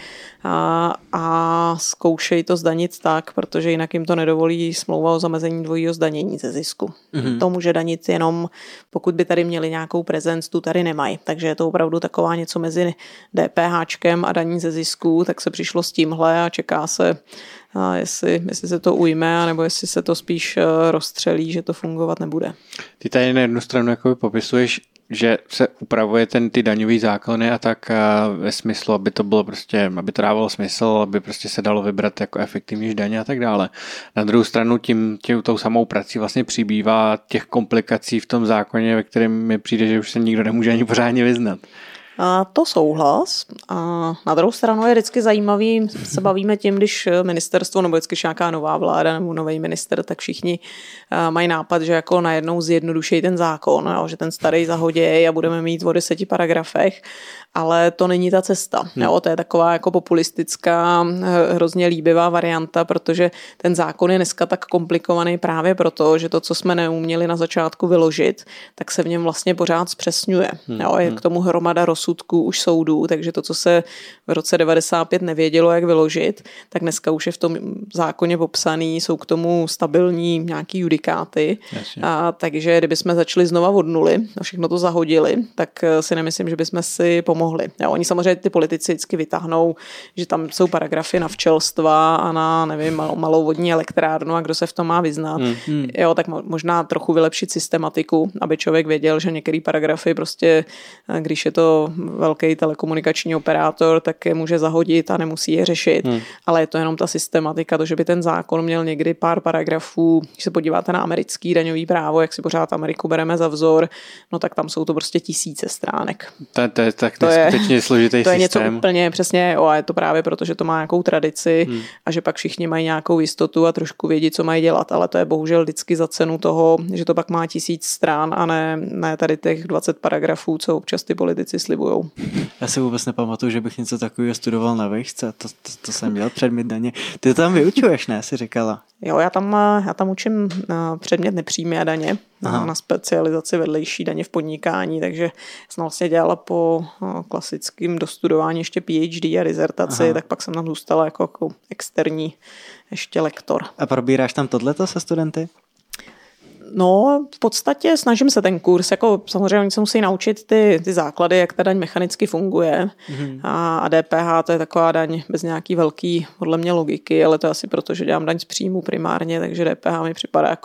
S3: a zkoušejí to zdanit tak, protože jinak jim to nedovolí smlouva o zamezení dvojího zdanění ze zisku. To může danit jenom, pokud by tady měli nějakou prezenc, tu tady nemají. Takže je to opravdu taková něco mezi DPHčkem a daní ze zisku, tak se přišlo s tímhle a čeká se, jestli se to ujme, nebo jestli se to spíš rozstřelí, že to fungovat nebude.
S1: Ty tady na jednu stranu jako popisuješ, že se upravuje ty daňový zákony a tak ve smyslu, aby to bylo prostě, aby to dávalo smysl, aby prostě se dalo vybrat jako efektivnější daně a tak dále. Na druhou stranu tou samou prací vlastně přibývá těch komplikací v tom zákoně, ve kterém mi přijde, že už se nikdo nemůže ani pořádně vyznat.
S3: To souhlas. A na druhou stranu je vždycky zajímavý, se bavíme tím, když ministerstvo nebo vždycky nějaká nová vláda nebo nový minister, tak všichni mají nápad, že jako najednou zjednodušejí ten zákon, že ten starý zahoděj a budeme mít o 10 paragrafech, ale to není ta cesta. Jo, to je taková jako populistická, hrozně líbivá varianta, protože ten zákon je dneska tak komplikovaný právě proto, že to, co jsme neuměli na začátku vyložit, tak se v něm vlastně pořád zpřesňuje. Jo, je k tomu hromada rozsudků už soudů, takže to, co se v roce 95 nevědělo, jak vyložit, tak dneska už je v tom zákoně popsaný, jsou k tomu stabilní nějaký judikáty. Takže kdybychom začali znova od nuly a všechno to zahodili, tak si nemyslím, že bychom si pomohli. Jo, oni samozřejmě ty politici vždycky vytáhnou, že tam jsou paragrafy na včelstva a na, nevím, malou vodní elektrárnu a kdo se v tom má vyznat. Jo, tak možná trochu vylepšit systematiku, aby člověk věděl, že některé paragrafy prostě, když je to velký telekomunikační operátor, tak je může zahodit a nemusí je řešit. Ale je to jenom ta systematika, to, že by ten zákon měl někdy pár paragrafů, když se podíváte na americký daňový právo, jak si pořád Ameriku bereme za vzor, no tak tam jsou to prostě tisíce stránek.
S1: To je skutečně složitý systém.
S3: To je něco úplně přesně, a je to právě proto, že to má nějakou tradici a že pak všichni mají nějakou jistotu a trošku vědí, co mají dělat, ale to je bohužel vždycky za cenu toho, že to pak má 1000 strán a ne tady těch 20 paragrafů, co občas ty politici slibujou.
S2: Já si vůbec nepamatuju, že bych něco takového studoval na výšce, to jsem měl předmět daně. Ty to tam vyučuješ, ne, si říkala?
S3: Jo, já tam učím předmět nepřímé daně na specializaci vedlejší daně v podnikání, takže jsem vlastně dělala po klasickém dostudování ještě PhD a dizertaci, tak pak jsem tam zůstala jako externí ještě lektor.
S2: A probíráš tam tohleto se studenty?
S3: No, v podstatě snažím se ten kurz, jako samozřejmě oni se musí naučit ty základy, jak ta daň mechanicky funguje a DPH to je taková daň bez nějaký velký, podle mě, logiky, ale to je asi proto, že dělám daň z příjmu primárně, takže DPH mi připadá jako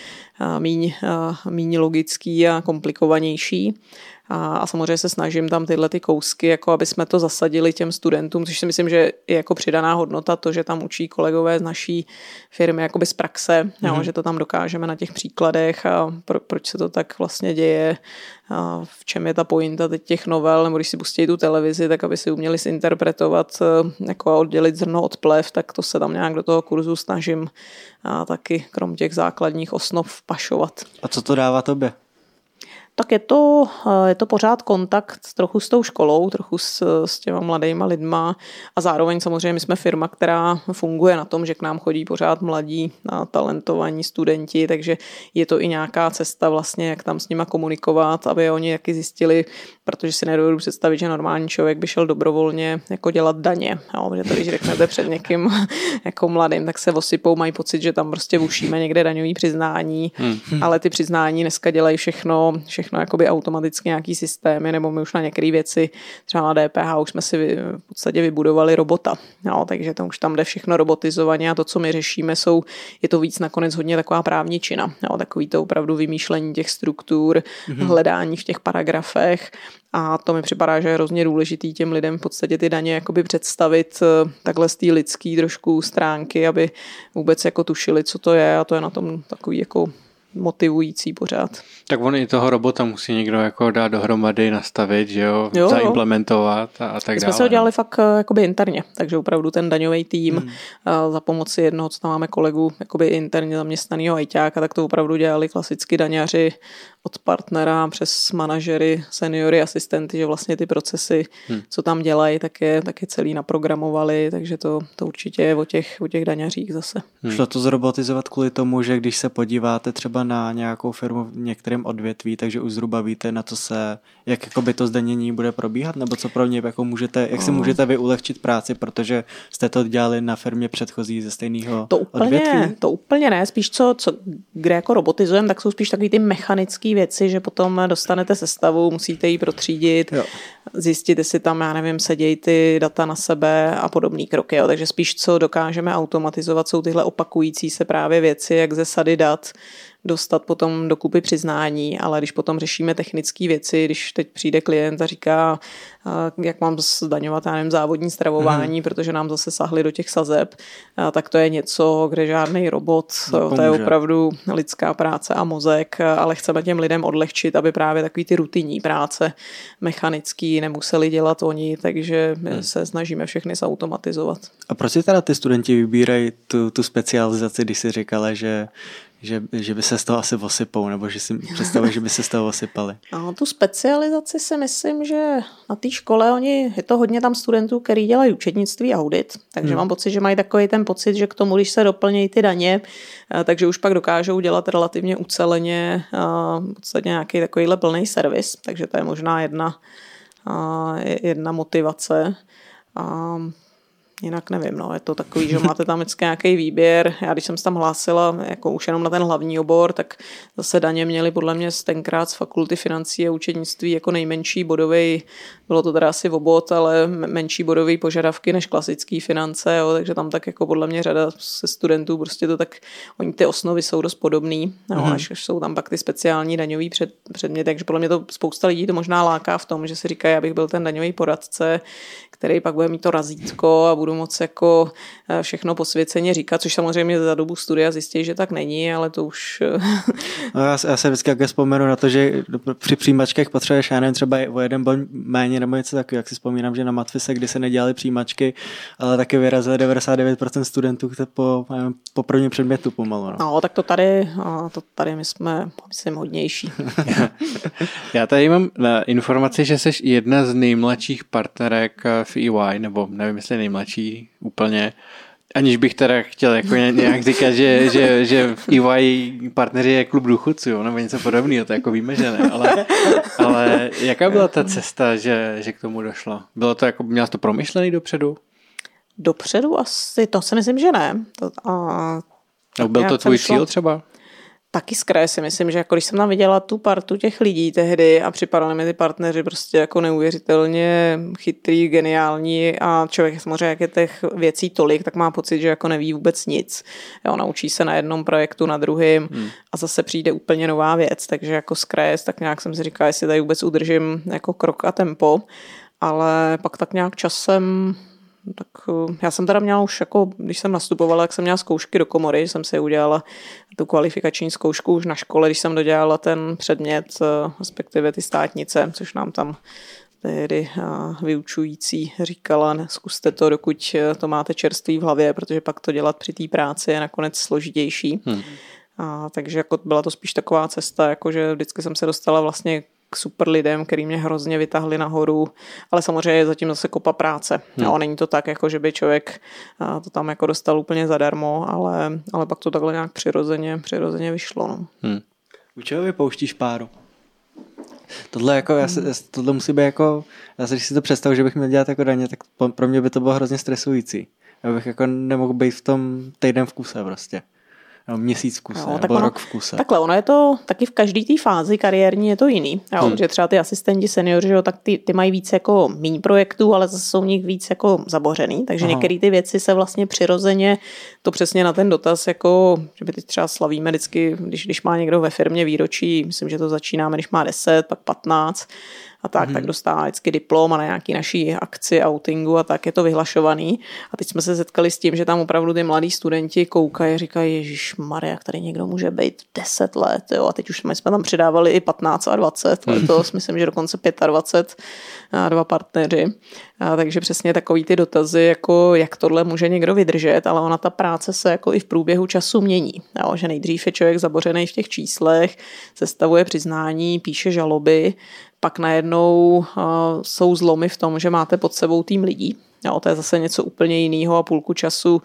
S3: míň logický a komplikovanější. A samozřejmě se snažím tam tyhle ty kousky, jako aby jsme to zasadili těm studentům, což si myslím, že je jako přidaná hodnota to, že tam učí kolegové z naší firmy jakoby z praxe, že to tam dokážeme na těch příkladech a proč se to tak vlastně děje, a v čem je ta pointa teď těch novel, nebo když si pustí tu televizi, tak aby si uměli zinterpretovat jako a oddělit zrno od plev, tak to se tam nějak do toho kurzu snažím a taky krom těch základních osnov vpašovat.
S2: A co to dává tobě?
S3: Tak je to pořád kontakt trochu s tou školou, trochu s těma mladýma lidma a zároveň samozřejmě my jsme firma, která funguje na tom, že k nám chodí pořád mladí a talentovaní studenti, takže je to i nějaká cesta vlastně, jak tam s nima komunikovat, aby oni taky zjistili, protože si nedovedu představit, že normální člověk by šel dobrovolně jako dělat daně, protože to, když řeknete před někým jako mladým, tak se osypou, mají pocit, že tam prostě ušíme někde daňový přiznání, ale ty přiznání dneska dělají všechno všechno jakoby automaticky nějaký systémy, nebo my už na některé věci, třeba na DPH už jsme si v podstatě vybudovali robota. No, takže to už tam jde všechno robotizovaně a to, co my řešíme, je to víc nakonec hodně taková právničina. No, takový to opravdu vymýšlení těch struktur, hledání v těch paragrafech. A to mi připadá, že je hrozně důležitý těm lidem v podstatě ty daně jakoby představit takhle z té lidský trošku stránky, aby vůbec jako tušili, co to je, a to je na tom takový jako motivující pořád.
S1: Tak on i toho robota musí někdo jako dát dohromady, nastavit, že jo, zaimplementovat a tak dále.
S3: My jsme se ho dělali fakt jakoby interně, takže opravdu ten daňový tým za pomoci jednoho, co tam máme kolegu, jakoby interně zaměstnanýho ajťáka, tak to opravdu dělali klasicky daňaři od partnera přes manažery, seniory, asistenty, že vlastně ty procesy, co tam dělají, tak je celý naprogramovali, takže to určitě je o těch daňařích zase.
S2: Šlo to zrobotizovat kvůli tomu, že když se podíváte třeba na nějakou firmu v některém odvětví, takže už zhruba víte, na co jak jakoby to zdanění bude probíhat, nebo co pro ně jako si můžete vy ulehčit práci, protože jste to dělali na firmě předchozí ze stejného odvětví?
S3: To úplně ne, spíš kde jako robotizujeme, tak jsou spíš takový ty mechanické věci, že potom dostanete sestavu, musíte ji protřídit, zjistit, jestli tam, já nevím, sedějí ty data na sebe a podobný kroky. Jo. Takže spíš, co dokážeme automatizovat, jsou tyhle opakující se právě věci, jak ze sady dat dostat potom dokupy přiznání, ale když potom řešíme technické věci, když teď přijde klient a říká, jak mám zdaňovat, já nevím, závodní stravování, protože nám zase sahli do těch sazeb, tak to je něco, kde žádný robot, to je opravdu lidská práce a mozek, ale chceme těm lidem odlehčit, aby právě takový ty rutinní práce mechanický nemuseli dělat oni, takže se snažíme všechny zautomatizovat.
S2: A proč si teda ty studenti vybírají tu specializaci, když si říkala, že by se z toho asi osypou, nebo že si představují, že by se z toho osypali?
S3: A tu specializaci si myslím, že na té škole je to hodně tam studentů, který dělají účetnictví a audit, takže mám pocit, že mají takový ten pocit, že k tomu, když se doplnějí ty daně, takže už pak dokážou dělat relativně uceleně v podstatě nějaký takovýhle plný servis, takže to je možná jedna motivace. Jinak nevím, je to takový, že máte tam vždycky nějaký výběr. Já když jsem se tam hlásila jako už jenom na ten hlavní obor, tak zase daně měly podle mě tenkrát z fakulty financí a účetnictví jako nejmenší bodový, bylo to teda asi obod, ale menší bodový požadavky než klasický finance, jo, takže tam tak jako podle mě řada se studentů prostě to tak, oni ty osnovy jsou dost podobný, až jsou tam pak ty speciální daňový předměty, takže podle mě to spousta lidí to možná láká v tom, že si říkají, abych byl ten daňový poradce, který pak bude mít to razítko a budu moc jako všechno posvěceně říkat, což samozřejmě za dobu studia zjistí, že tak není, ale to už...
S2: No já se vždycky jak vzpomenu na to, že při přijímačkách potřebuješ, já nevím, třeba o jeden bod méně nebo něco takového, jak si vzpomínám, že na matfise, kdy se nedělaly přijímačky, ale taky vyrazili 99% studentů po prvním předmětu pomalu.
S3: No, tak to tady my jsme, myslím, hodnější.
S1: Já tady mám informaci, že jsi jedna z nejmladších partnerek v EY, nebo nevím, jestli nejmladší úplně, aniž bych teda chtěl jako nějak říkat, že v EY partneři je klub důchodců, jo, nebo něco podobného, to jako víme, že ne, ale jaká byla ta cesta, že k tomu došlo? Bylo to jako, měla jsi to promyšlený dopředu?
S3: Dopředu asi, to si myslím, že ne.
S1: Byl to tvůj cíl třeba?
S3: Taky z kraje si myslím, že jako když jsem tam viděla tu partu těch lidí tehdy a připadali mi ty partneři prostě jako neuvěřitelně chytrý, geniální a člověk samozřejmě, jak je těch věcí tolik, tak má pocit, že jako neví vůbec nic. Jo, naučí se na jednom projektu, na druhém a zase přijde úplně nová věc, takže jako z kraje tak nějak jsem si říkala, jestli tady vůbec udržím jako krok a tempo, ale pak tak nějak časem tak já jsem teda měla už jako, když jsem nastupovala, jak jsem měla zkoušky do komory, jsem si udělala tu kvalifikační zkoušku už na škole, když jsem dodělala ten předmět, respektive ty státnice, což nám tam tehdy vyučující říkala, zkuste to, dokud to máte čerstvý v hlavě, protože pak to dělat při té práci je nakonec složitější. Takže jako byla to spíš taková cesta, jako že vždycky jsem se dostala vlastně k super lidem, který mě hrozně vytahli nahoru, ale samozřejmě je zatím zase kopa práce. No, není to tak, jako že by člověk to tam jako dostal úplně zadarmo, ale pak to takhle nějak přirozeně vyšlo. No.
S2: U čeho vypouštíš páru? Tohle jako, tohle musí být jako, když si to představu, že bych měl dělat jako daně, tak pro mě by to bylo hrozně stresující. Já bych jako nemohl být v tom týden v kuse prostě. měsíc v kuse,
S3: jo,
S2: nebo rok v kuse.
S3: Takhle, ono je to taky v každé té fázi kariérní je to jiný. Jo, že třeba ty asistenti seniori, jo, tak ty mají víc jako míň projektů, ale zase jsou v nich víc jako zabořený, takže některé ty věci se vlastně přirozeně, to přesně na ten dotaz, jako, že by teď třeba slavíme vždycky, když má někdo ve firmě výročí, myslím, že to začínáme, když má 10, pak 15, a tak dostává vždycky diplom a na nějaký naší akci, outingu a tak je to vyhlašovaný. A teď jsme se setkali s tím, že tam opravdu ty mladí studenti koukají a říkají, ježišmarja, jak tady někdo může být 10 let, jo, a teď už jsme tam přidávali i 15 a 20, letos myslím, že dokonce 25 a 2 partneři. A takže přesně takový ty dotazy, jako jak tohle může někdo vydržet, ale ona ta práce se jako i v průběhu času mění. Jo, že nejdřív je člověk zabořený v těch číslech, sestavuje přiznání, píše žaloby, pak najednou jsou zlomy v tom, že máte pod sebou tým lidí. Jo, to je zase něco úplně jiného a půlku času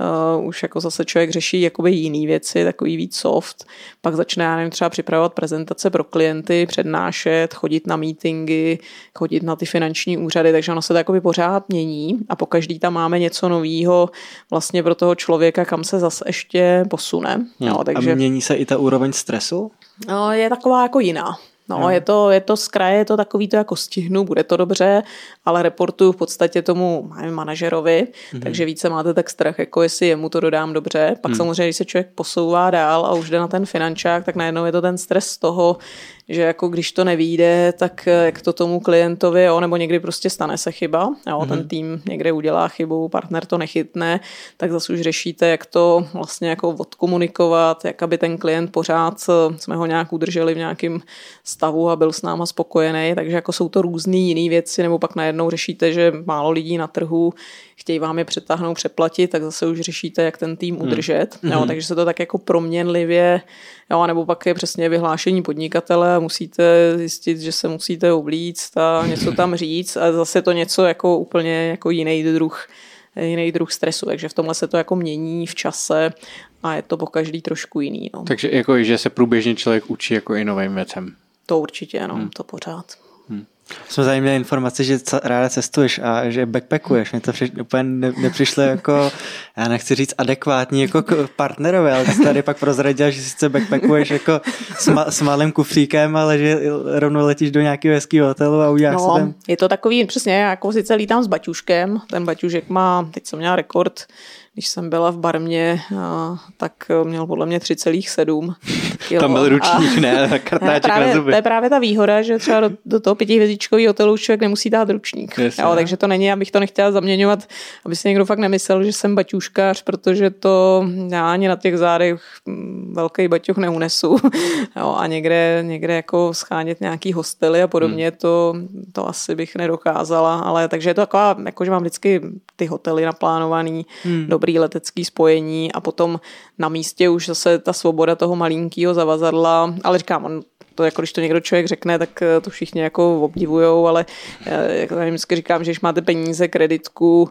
S3: už jako zase člověk řeší jakoby jiný věci, takový víc soft. Pak začne, já nevím, třeba připravovat prezentace pro klienty, přednášet, chodit na meetingy, chodit na ty finanční úřady, takže ono se to jakoby pořád mění a pokaždý tam máme něco novýho vlastně pro toho člověka, kam se zase ještě posune. Jo, takže...
S2: A mění se i ta úroveň stresu?
S3: No, je taková jako jiná. No, je to z kraje, je to takový to jako stihnu, bude to dobře, ale reportuju v podstatě tomu manažerovi, takže více máte tak strach, jako jestli jemu to dodám dobře. Pak samozřejmě, když se člověk posouvá dál a už jde na ten finančák, tak najednou je to ten stres z toho, že jako když to nevyjde, tak jak to tomu klientovi, jo, nebo někdy prostě stane se chyba, jo, ten tým někde udělá chybu, partner to nechytne, tak zase už řešíte, jak to vlastně jako odkomunikovat, jak aby ten klient pořád jsme ho nějak udrželi v nějakém stavu a byl s náma spokojený, takže jako jsou to různý jiný věci, nebo pak najednou řešíte, že málo lidí na trhu, chtějí vám je přetáhnout, přeplatit, tak zase už řešíte, jak ten tým udržet. Jo, takže se to tak jako proměnlivě, jo, nebo pak je přesně vyhlášení podnikatele a musíte zjistit, že se musíte oblíct a něco tam říct a zase to něco jako úplně jako jiný druh stresu, takže v tomhle se to jako mění v čase a je to pokaždý trošku jiný. No.
S1: Takže jako, že se průběžně člověk učí jako i novým věcem.
S3: To určitě, no, to pořád.
S2: Jsme tady měli informace, že ráda cestuješ a že backpackuješ. Mně to úplně nepřišlo jako, já nechci říct adekvátní jako partnerovi, ale ty tady pak prozradila, že sice backpackuješ jako s malým kufříkem, ale že rovnou letíš do nějakého hezkého hotelu a uděláš se tam.
S3: Je to takový, přesně, jako sice lítám s baťuškem, ten baťušek má, teď jsem měla rekord, když jsem byla v Barmě, tak měl podle mě 3,7 kilo.
S1: Tam byl ručník, ne kartáček na zuby.
S3: To je právě ta výhoda, že třeba do toho 5hvězdičkového hotelu člověk nemusí dát ručník. Jo, takže to není, abych to nechtěla zaměňovat, aby si někdo fakt nemyslel, že jsem baťuškář, protože to já ani na těch zádech velký baťuch neunesu. Jo, a někde jako schánět nějaký hostely a podobně, to asi bych nedokázala, ale takže je to taková, jako že mám vždycky ty hotely naplánovaný, dobrý letecký spojení a potom na místě už zase ta svoboda toho malinkýho zavazadla, ale říkám, to jako když to někdo člověk řekne, tak to všichni jako obdivujou, ale jak vždycky říkám, že když máte peníze, kreditku,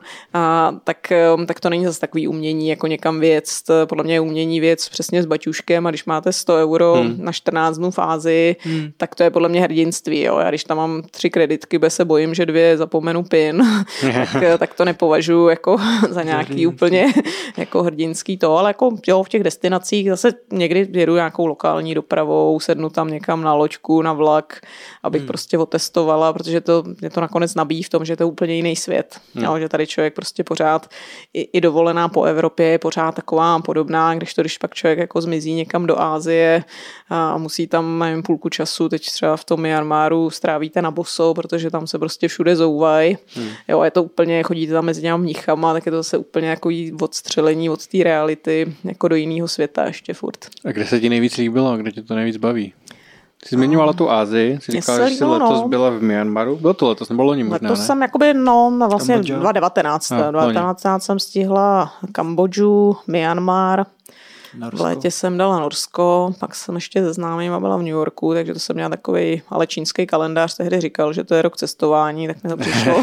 S3: tak to není zase takový umění, jako někam věct. Podle mě je umění věc přesně s baťuškem a když máte 100 euro na 14 dnů fázi, tak to je podle mě hrdinství. Jo. Já když tam mám 3 kreditky, bez se bojím, že 2 zapomenu PIN, tak to nepovažuji jako za nějaký úplně jako hrdinský to, ale jako jo, v těch destinacích zase někdy jedu nějakou lokální dopravou, sednu tam někam na loďku, na vlak, abych prostě otestovala, protože mě to nakonec nabíjí v tom, že to je úplně jiný svět. Jo, že tady člověk prostě pořád i dovolená po Evropě je pořád taková podobná, když pak člověk jako zmizí někam do Asie a musí tam, nevím, půlku času, teď třeba v tom Myanmaru strávíte na boso, protože tam se prostě všude zouvají. Jo, je to úplně, chodíte tam mezi těma mnichama, tak je to zase úplně jako odstřelení od té reality jako do jiného světa ještě furt.
S1: A kde se ti nejvíc líbilo? Kde tě to nejvíc baví? Jsi zmiňovala tu Asii, jsi říkala, že jsi letos byla v Myanmaru. Bylo to letos, nebo loni možná,
S3: letos jsem jakoby, vlastně 2019. 2019 jsem stihla Kambodžu, Myanmar,
S2: Norsko.
S3: V létě jsem dala Norsko, pak jsem ještě se známýma byla v New Yorku, takže to jsem měla takový, ale čínský kalendář tehdy říkal, že to je rok cestování, tak mi to přišlo,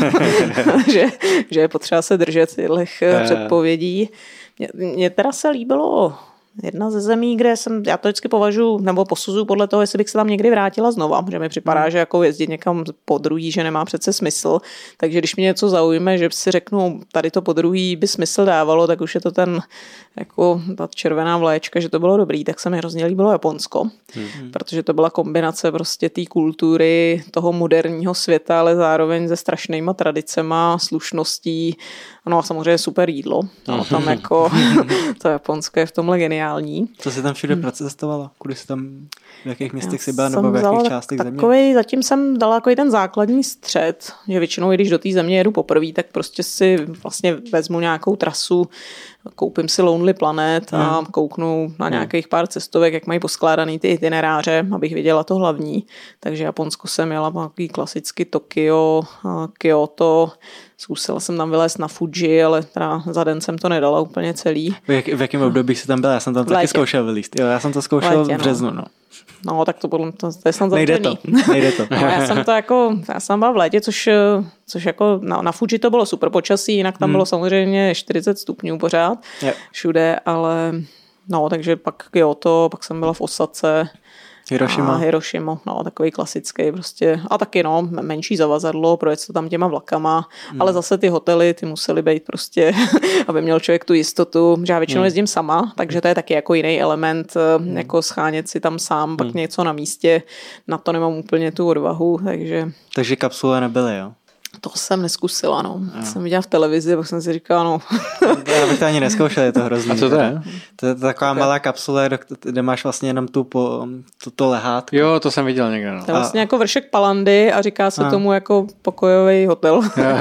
S3: že je potřeba se držet těchto předpovědí. Mně teda se líbilo jedna ze zemí, kde já to vždycky považuji nebo posuzuji podle toho, jestli bych se tam někdy vrátila znova, že mi připadá, že jako jezdit někam podruhý, že nemá přece smysl, takže když mě něco zaujme, že si řeknu, tady to podruhý by smysl dávalo, tak už je to jako ta červená vléčka, že to bylo dobrý, tak se mi hrozně líbilo Japonsko, protože to byla kombinace prostě té kultury, toho moderního světa, ale zároveň se strašnýma tradicema, slušností, no a samozřejmě super jídlo, no, tam jako to Japonsko je v tomhle geniální.
S2: Co jsi tam všude procestovala? Kudy jsi tam, v jakých městech jsi byla, nebo v jakých částech země?
S3: Zatím jsem dala takový ten základní střed, že většinou, když do té země jedu poprvé, tak prostě si vlastně vezmu nějakou trasu, koupím si Lonely Planet a kouknu na nějakých pár cestovek, jak mají poskládaný ty itineráře, abych viděla to hlavní. Takže Japonsko jsem jela takový klasicky Tokio, Kyoto, zkusila jsem tam vylézt na Fuji, ale teda za den jsem to nedala úplně celý.
S2: V jakém období jsi tam byla? Já jsem tam taky zkoušel vylízt. Jo, já jsem to zkoušel v březnu, no.
S3: No, tak to je snad
S2: Nejde to.
S3: No, já jsem byla v létě, což jako na Fuji to bylo super počasí, jinak tam bylo samozřejmě 40 stupňů pořád všude, ale no, takže pak Kyoto, pak jsem byla v Osace, Hirošima, no, takový klasický prostě. A taky, no, menší zavazadlo, projet to tam těma vlakama, ale zase ty hotely, ty musely být prostě, aby měl člověk tu jistotu, že já většinou jezdím sama, takže to je taky jako jiný element, jako schánět si tam sám, pak něco na místě, na to nemám úplně tu odvahu, takže...
S2: Takže kapsule nebyly, jo?
S3: To jsem neskusila, no. Jsem viděla v televizi, pak jsem si říkala, no.
S2: Já bych to ani neskoušel, je to hrozný.
S1: A co to je?
S2: To je taková malá kapsule, kde máš vlastně jenom to lehátko.
S1: Jo, to jsem viděl někde, no.
S3: To je vlastně jako vršek Palandy a říká se tomu jako pokojový hotel.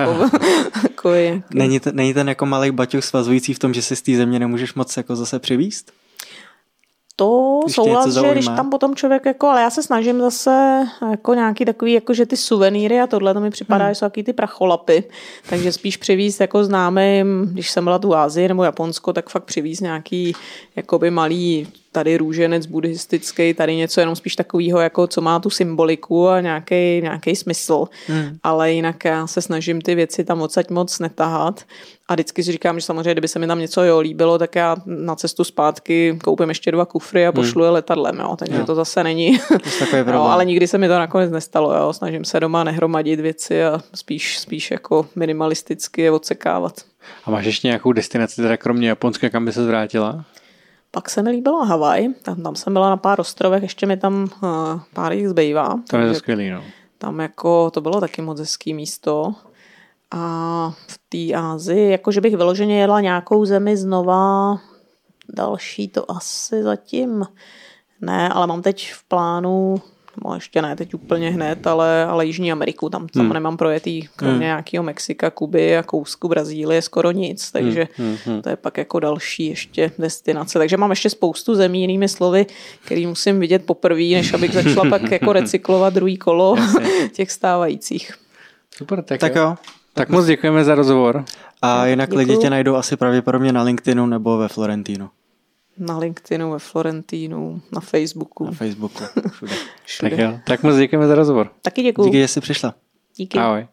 S2: Není ten jako malý baťuch svazující v tom, že si z té země nemůžeš moc jako zase přivízt?
S3: To souhlas, že když tam potom člověk jako, ale já se snažím zase jako nějaký takový, jako že ty suvenýry a tohle, to mi připadá, že jsou takový ty pracholapy, takže spíš přivízt jako známým, když jsem byla tu Asii nebo Japonsko, tak fakt přivízt nějaký jakoby malý tady růženec buddhistický, tady něco jenom spíš takového, jako co má tu symboliku a nějaký smysl. Ale jinak já se snažím ty věci tam odsaď moc netahat. A vždycky si říkám, že samozřejmě, kdyby se mi tam něco líbilo, tak já na cestu zpátky koupím ještě 2 kufry a pošlu je letadlem. Jo. Takže to zase není. No, ale nikdy se mi to nakonec nestalo. Jo. Snažím se doma nehromadit věci a spíš jako minimalisticky je odsekávat.
S1: A máš ještě nějakou destinaci, teda kromě Japonska, kam by se vrátila?
S3: Pak se mi líbila Havaj, tam jsem byla na pár ostrovech, ještě mi tam pár jich zbývá.
S1: To je skvělý, no.
S3: Tam jako, to bylo taky moc hezký místo. A v té Asii, jakože bych vyloženě jela nějakou zemi znova, další to asi zatím ne, ale mám teď v plánu, no ještě ne teď úplně hned, ale Jižní Ameriku, tam nemám projetý, kromě nějakého Mexika, Kuby a kousku Brazílie skoro nic, takže to je pak jako další ještě destinace. Takže mám ještě spoustu zemí, jinými slovy, který musím vidět poprvé, než abych začala pak jako recyklovat druhý kolo těch stávajících.
S1: Super, tak jo. Tak moc děkujeme za rozhovor.
S2: A jinak lidi tě najdou asi pravděpodobně na LinkedInu nebo ve Florentínu.
S3: Na LinkedInu, ve Florentínu, na Facebooku.
S2: Na Facebooku, všude.
S1: Tak jo, tak moc děkujeme za rozhovor.
S3: Taky děkuju.
S2: Díky, že jsi přišla.
S3: Díky.
S1: Ahoj.